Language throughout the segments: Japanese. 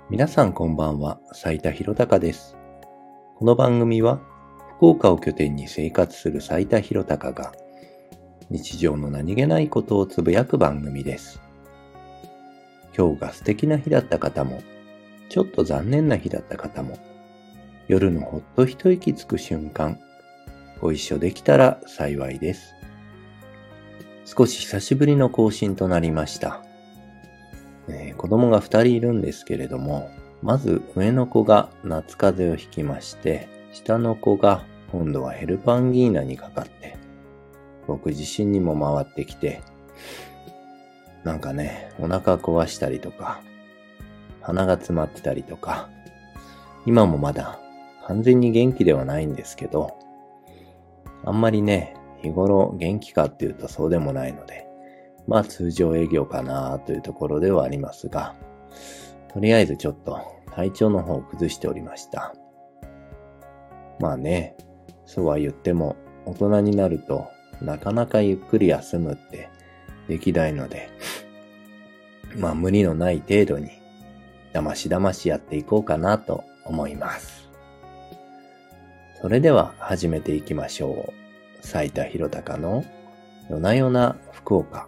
皆さんこんばんは、斉田博隆です。この番組は福岡を拠点に生活する斉田博隆が日常の何気ないことをつぶやく番組です。今日が素敵な日だった方も、ちょっと残念な日だった方も、夜のほっと一息つく瞬間、ご一緒できたら幸いです。少し久しぶりの更新となりました。子供が2人いるんですけれども、まず上の子が夏風邪をひきまして、下の子が今度はヘルパンギーナにかかって、僕自身にも回ってきて、なんかね、お腹壊したりとか、鼻が詰まってたりとか、今もまだ完全に元気ではないんですけど、あんまりね、日頃元気かっていうとそうでもないので、まあ通常営業かなというところではありますが、とりあえずちょっと体調の方を崩しておりました。まあね、そうは言っても大人になるとなかなかゆっくり休むってできないので、まあ無理のない程度にだましだましやっていこうかなと思います。それでは始めていきましょう。斉田博隆の夜な夜な福岡。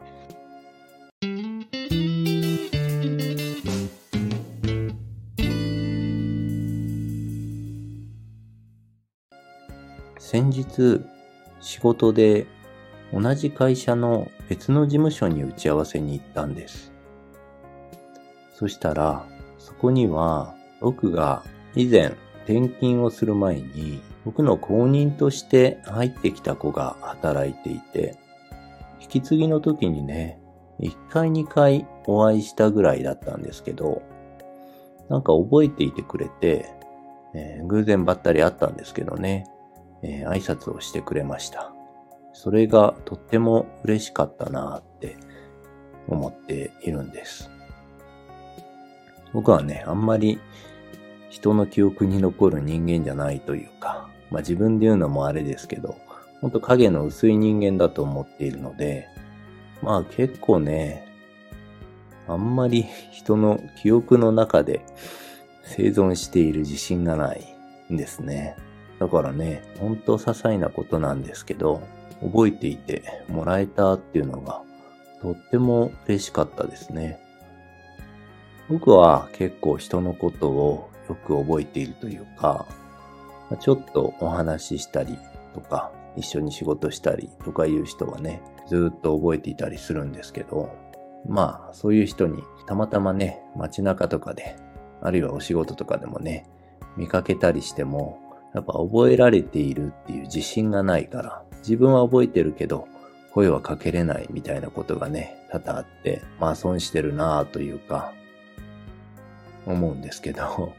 先日仕事で同じ会社の別の事務所に打ち合わせに行ったんです。そしたらそこには僕が以前転勤をする前に僕の後任として入ってきた子が働いていて、引き継ぎの時にね、1回2回お会いしたぐらいだったんですけど、なんか覚えていてくれて、偶然ばったり会ったんですけどね、挨拶をしてくれました。それがとっても嬉しかったなって思っているんです。僕はね、あんまり人の記憶に残る人間じゃないというか、自分で言うのもあれですけど、ほんと影の薄い人間だと思っているので、結構ね、あんまり人の記憶の中で生存している自信がないんですね。だからね、ほんと些細なことなんですけど、覚えていてもらえたっていうのがとっても嬉しかったですね。僕は結構人のことをよく覚えているというか、ちょっとお話ししたりとか、一緒に仕事したりとかいう人はね、ずっと覚えていたりするんですけど、そういう人にたまたまね、街中とかで、あるいはお仕事とかでもね、見かけたりしても、やっぱ覚えられているっていう自信がないから、自分は覚えてるけど、声はかけれないみたいなことがね、多々あって、損してるなぁというか、思うんですけど、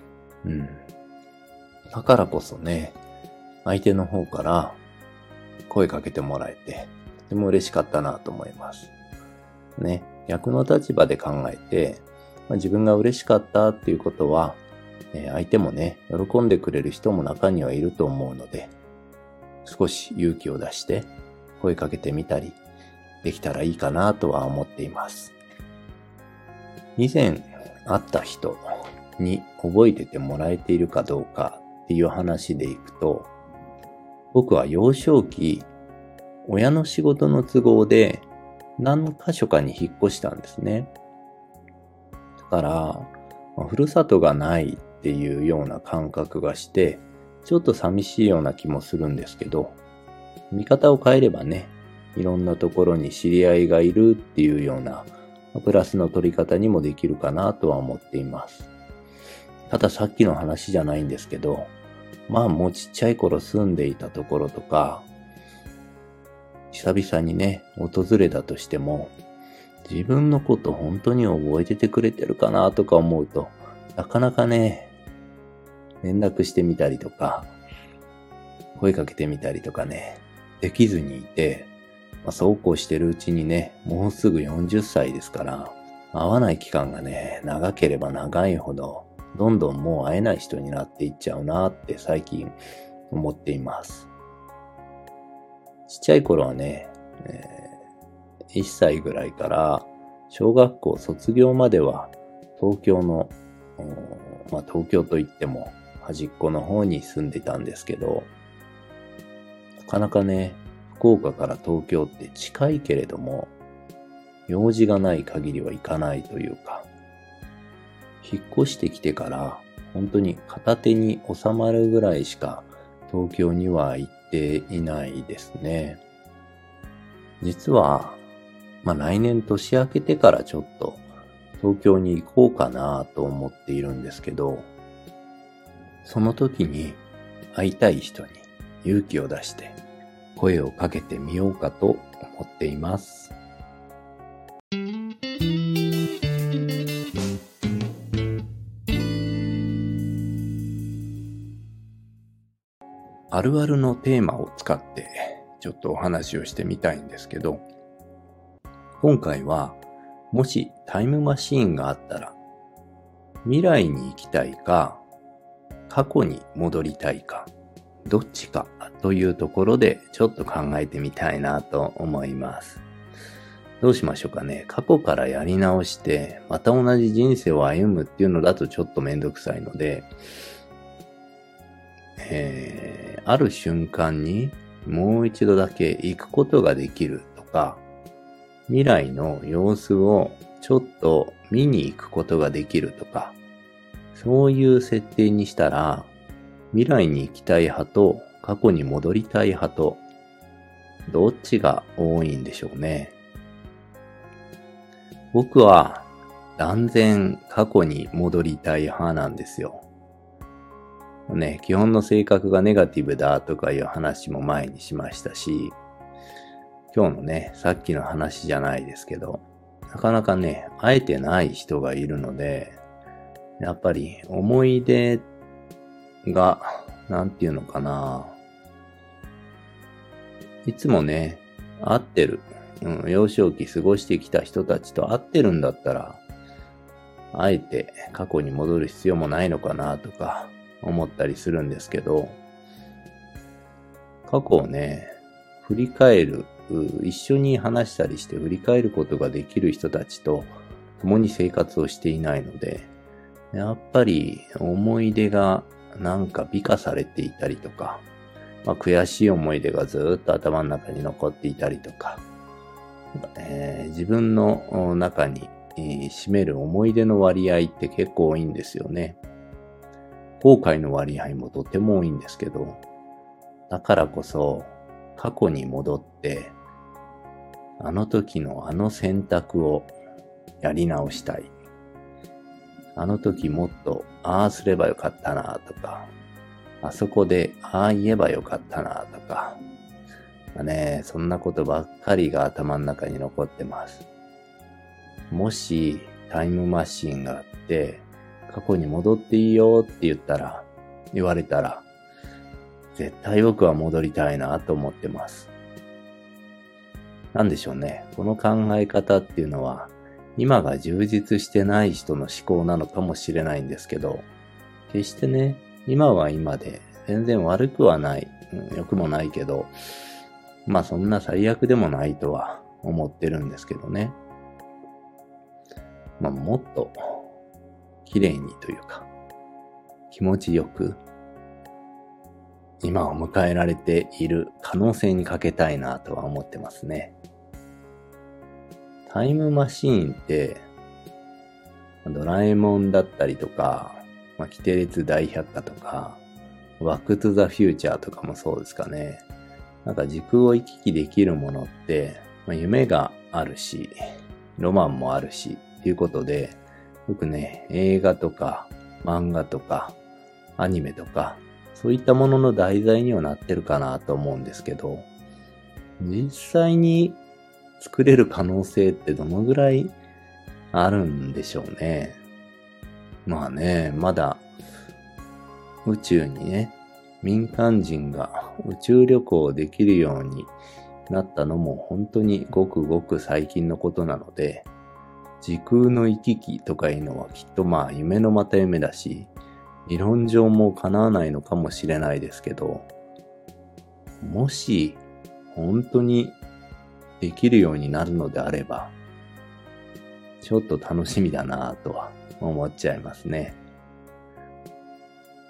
だからこそね、相手の方から声かけてもらえて、とても嬉しかったなと思います。ね、逆の立場で考えて、自分が嬉しかったっていうことは、相手もね、喜んでくれる人も中にはいると思うので、少し勇気を出して声かけてみたり、できたらいいかなとは思っています。以前会った人に覚えててもらえているかどうかっていう話でいくと、僕は幼少期、親の仕事の都合で何箇所かに引っ越したんですね。だから、ふるさとがないっていうような感覚がして、ちょっと寂しいような気もするんですけど、見方を変えればね、いろんなところに知り合いがいるっていうようなプラスの取り方にもできるかなとは思っています。たださっきの話じゃないんですけど、もうちっちゃい頃住んでいたところとか、久々にね、訪れたとしても、自分のこと本当に覚えててくれてるかなとか思うと、なかなかね、連絡してみたりとか、声かけてみたりとかね、できずにいて、そうこうしてるうちにね、もうすぐ40歳ですから、会わない期間がね、長ければ長いほど、どんどんもう会えない人になっていっちゃうなって最近思っています。ちっちゃい頃はね、1歳ぐらいから小学校卒業までは東京の東京といっても端っこの方に住んでたんですけど、なかなかね、福岡から東京って近いけれども、用事がない限りは行かないというか、引っ越してきてから本当に片手に収まるぐらいしか東京には行っていないですね。実は、来年年明けてからちょっと東京に行こうかなと思っているんですけど、その時に会いたい人に勇気を出して声をかけてみようかと思っています。あるあるのテーマを使ってちょっとお話をしてみたいんですけど、今回はもしタイムマシーンがあったら未来に行きたいか過去に戻りたいかどっちかというところでちょっと考えてみたいなと思います。どうしましょうかね。過去からやり直してまた同じ人生を歩むっていうのだとちょっとめんどくさいので、ある瞬間にもう一度だけ行くことができるとか、未来の様子をちょっと見に行くことができるとか、そういう設定にしたら、未来に行きたい派と過去に戻りたい派と、どっちが多いんでしょうね。僕は断然過去に戻りたい派なんですよ。基本の性格がネガティブだとかいう話も前にしましたし、今日のね、さっきの話じゃないですけど、なかなかね、会えてない人がいるので、やっぱり思い出が、なんていうのかな、いつもね、会ってる、幼少期過ごしてきた人たちと会ってるんだったら、あえて過去に戻る必要もないのかなとか思ったりするんですけど、過去をね、振り返る、一緒に話したりして振り返ることができる人たちと共に生活をしていないので、やっぱり思い出がなんか美化されていたりとか、悔しい思い出がずっと頭の中に残っていたりとか、自分の中に占める思い出の割合って結構多いんですよね。後悔の割合もとても多いんですけど、だからこそ過去に戻ってあの時のあの選択をやり直したい。あの時もっとああすればよかったなとか、あそこでああ言えばよかったなとか、そんなことばっかりが頭の中に残ってます。もしタイムマシーンがあって過去に戻っていいよって言われたら、絶対僕は戻りたいなと思ってます。なんでしょうね。この考え方っていうのは今が充実してない人の思考なのかもしれないんですけど、決してね、今は今で全然悪くはない、良くもないけど、そんな最悪でもないとは思ってるんですけどね。もっと綺麗にというか、気持ちよく今を迎えられている可能性にかけたいなとは思ってますね。タイムマシーンって、ドラえもんだったりとか、キテレツ大百科とか、バックトゥザフューチャーとかもそうですかね。時空を行き来できるものって、夢があるし、ロマンもあるし、ということで、よくね、映画とか漫画とかアニメとか、そういったものの題材にはなってるかなと思うんですけど、実際に作れる可能性ってどのぐらいあるんでしょうね。まだ宇宙にね、民間人が宇宙旅行できるようになったのも本当にごくごく最近のことなので、時空の行き来とかいうのはきっと夢のまた夢だし、理論上も叶わないのかもしれないですけど、もし本当にできるようになるのであれば、ちょっと楽しみだなぁとは思っちゃいますね。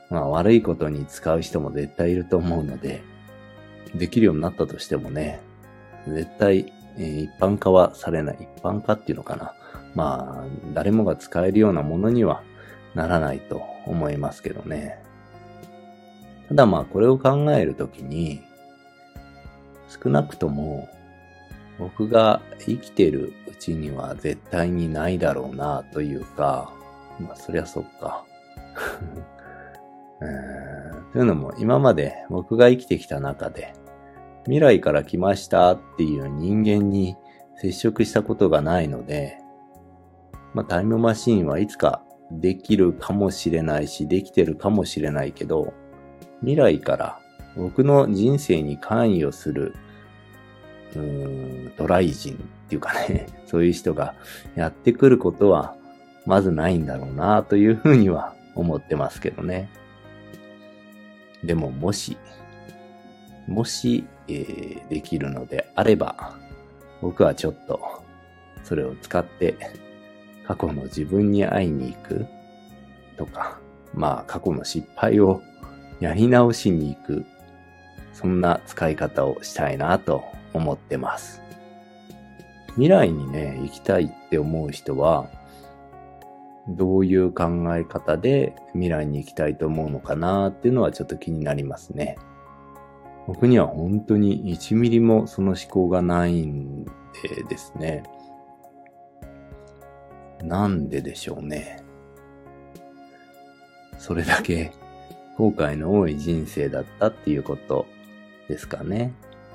悪いことに使う人も絶対いると思うので、できるようになったとしてもね、絶対、一般化はされない。一般化っていうのかな。誰もが使えるようなものにはならないと思いますけどね。ただこれを考えるときに、少なくとも僕が生きてるうちには絶対にないだろうなというか、そりゃそっか。というのも今まで僕が生きてきた中で未来から来ましたっていう人間に接触したことがないので、タイムマシーンはいつかできるかもしれないし、できてるかもしれないけど、未来から僕の人生に関与する渡来人っていうかね、そういう人がやってくることはまずないんだろうなというふうには思ってますけどね。でももし、できるのであれば、僕はちょっとそれを使って過去の自分に会いに行くとか、過去の失敗をやり直しに行く、そんな使い方をしたいなと思ってます。未来にね、行きたいって思う人は、どういう考え方で未来に行きたいと思うのかなっていうのはちょっと気になりますね。僕には本当に1ミリもその思考がないんでですね。なんででしょうね。それだけ後悔の多い人生だったっていうことですかね。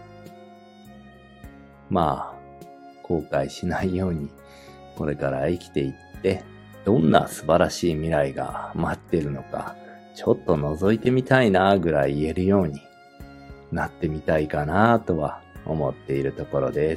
後悔しないようにこれから生きていって、どんな素晴らしい未来が待ってるのか、ちょっと覗いてみたいなぐらい言えるようになってみたいかなとは思っているところです。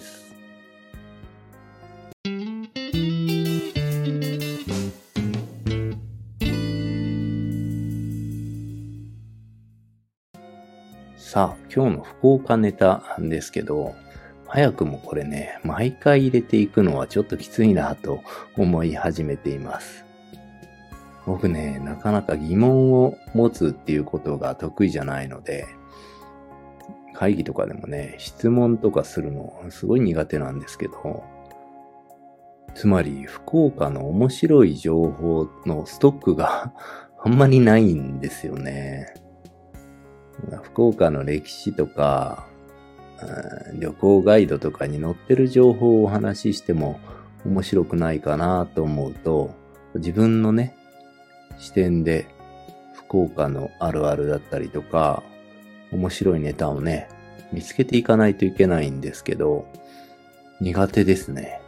さあ、今日の福岡ネタですけど、早くもこれね、毎回入れていくのはちょっときついなと思い始めています。僕ね、なかなか疑問を持つっていうことが得意じゃないので、会議とかでもね、質問とかするのすごい苦手なんですけど、つまり福岡の面白い情報のストックがあんまりないんですよね。福岡の歴史とか、旅行ガイドとかに載ってる情報をお話ししても面白くないかなと思うと、自分のね、視点で福岡のあるあるだったりとか、面白いネタをね、見つけていかないといけないんですけど、苦手ですね。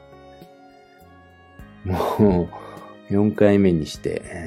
もう4回目にして、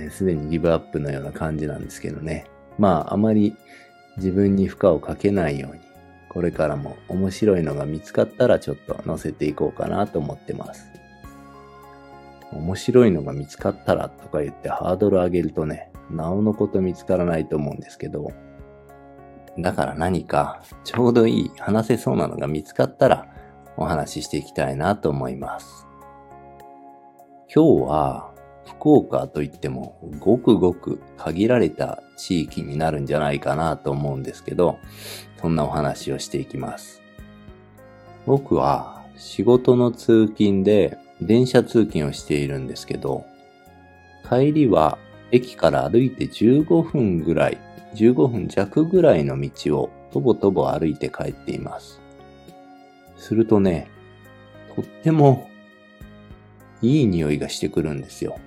すでにギブアップのような感じなんですけどね。あまり自分に負荷をかけないように、これからも面白いのが見つかったらちょっと載せていこうかなと思ってます。面白いのが見つかったらとか言ってハードル上げるとね、なおのこと見つからないと思うんですけど、だから何かちょうどいい話せそうなのが見つかったらお話ししていきたいなと思います。今日は福岡といってもごくごく限られた地域になるんじゃないかなと思うんですけど、そんなお話をしていきます。僕は仕事の通勤で電車通勤をしているんですけど、帰りは駅から歩いて15分弱ぐらいの道をとぼとぼ歩いて帰っています。するとね、とってもいい匂いがしてくるんですよ。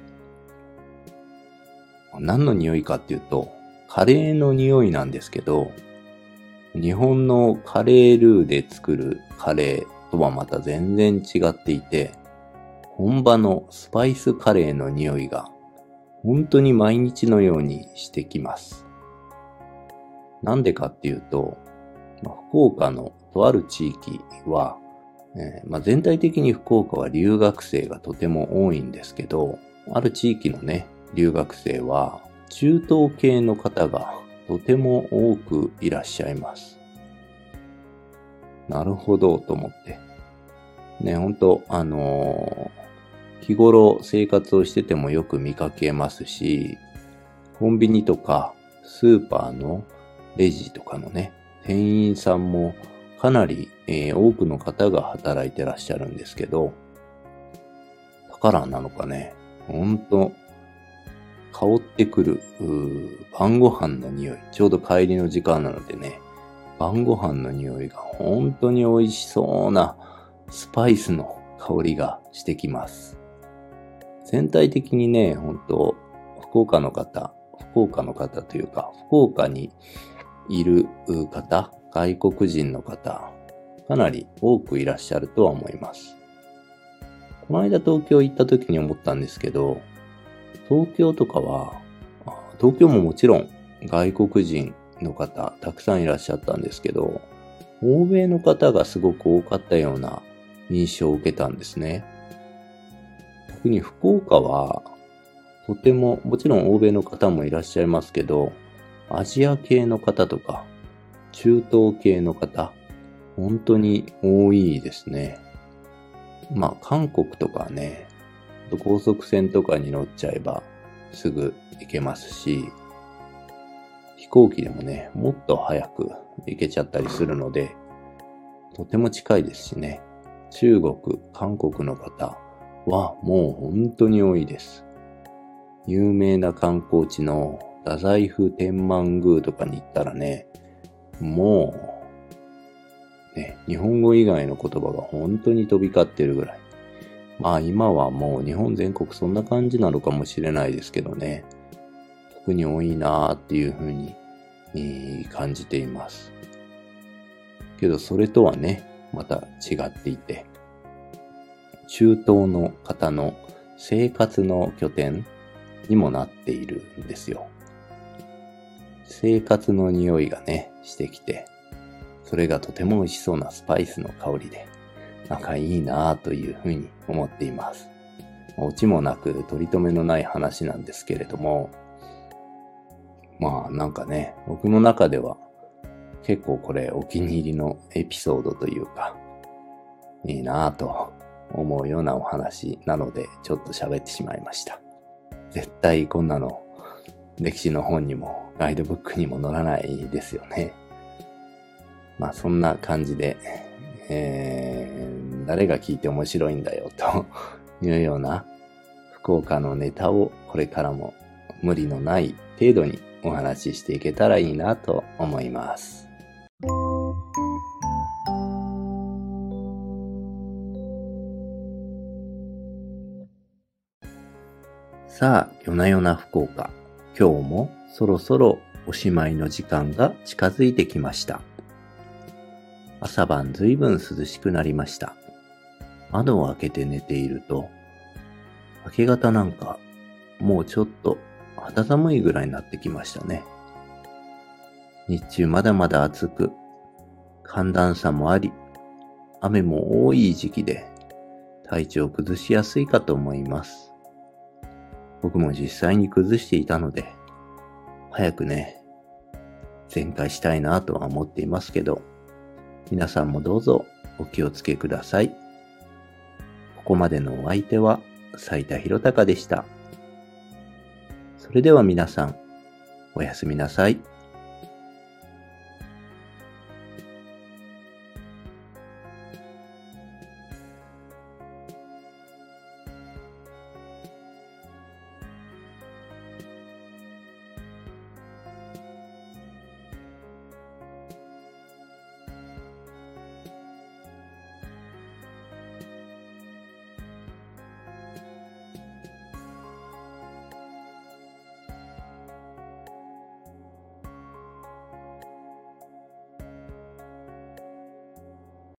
何の匂いかっていうと、カレーの匂いなんですけど、日本のカレールーで作るカレーとはまた全然違っていて、本場のスパイスカレーの匂いが本当に毎日のようにしてきます。なんでかっていうと、福岡のとある地域は、全体的に福岡は留学生がとても多いんですけど、ある地域のね、留学生は中東系の方がとても多くいらっしゃいます。なるほどと思って。ね、本当日頃生活をしててもよく見かけますし、コンビニとかスーパーのレジとかのね、店員さんもかなり、多くの方が働いてらっしゃるんですけど、だからなのかね、ほんと、香ってくる、晩ご飯の匂い。ちょうど帰りの時間なのでね、晩ご飯の匂いが本当に美味しそうなスパイスの香りがしてきます。全体的にね、本当福岡の方というか、福岡にいる方、外国人の方、かなり多くいらっしゃるとは思います。この間東京行った時に思ったんですけど、東京とかは、東京ももちろん外国人の方たくさんいらっしゃったんですけど、欧米の方がすごく多かったような印象を受けたんですね。特に福岡は、とても、もちろん欧米の方もいらっしゃいますけど、アジア系の方とか、中東系の方、本当に多いですね。韓国とかね、高速船とかに乗っちゃえばすぐ行けますし、飛行機でもね、もっと早く行けちゃったりするので、とても近いですしね。中国、韓国の方はもう本当に多いです。有名な観光地の太宰府天満宮とかに行ったらね、もう、ね、日本語以外の言葉が本当に飛び交ってるぐらい。今はもう日本全国そんな感じなのかもしれないですけどね。特に多いなーっていう風に、感じています。けどそれとはね、また違っていて、中東の方の生活の拠点にもなっているんですよ。生活の匂いがね、してきて、それがとても美味しそうなスパイスの香りで、なんかいいなぁというふうに思っています。オチもなく取り留めのない話なんですけれども、なんかね、僕の中では結構これお気に入りのエピソードというか、いいなぁと思うようなお話なのでちょっと喋ってしまいました。絶対こんなの歴史の本にもガイドブックにも載らないですよね。そんな感じで、誰が聞いて面白いんだよというような福岡のネタをこれからも無理のない程度にお話ししていけたらいいなと思います。さあ、夜な夜な福岡。今日もそろそろおしまいの時間が近づいてきました。朝晩ずいぶん涼しくなりました。窓を開けて寝ていると、明け方なんかもうちょっと肌寒いぐらいになってきましたね。日中まだまだ暑く、寒暖差もあり、雨も多い時期で体調を崩しやすいかと思います。僕も実際に崩していたので、早くね、全開したいなとは思っていますけど、皆さんもどうぞお気をつけください。ここまでのお相手は斉田博隆でした。それでは皆さん、おやすみなさい。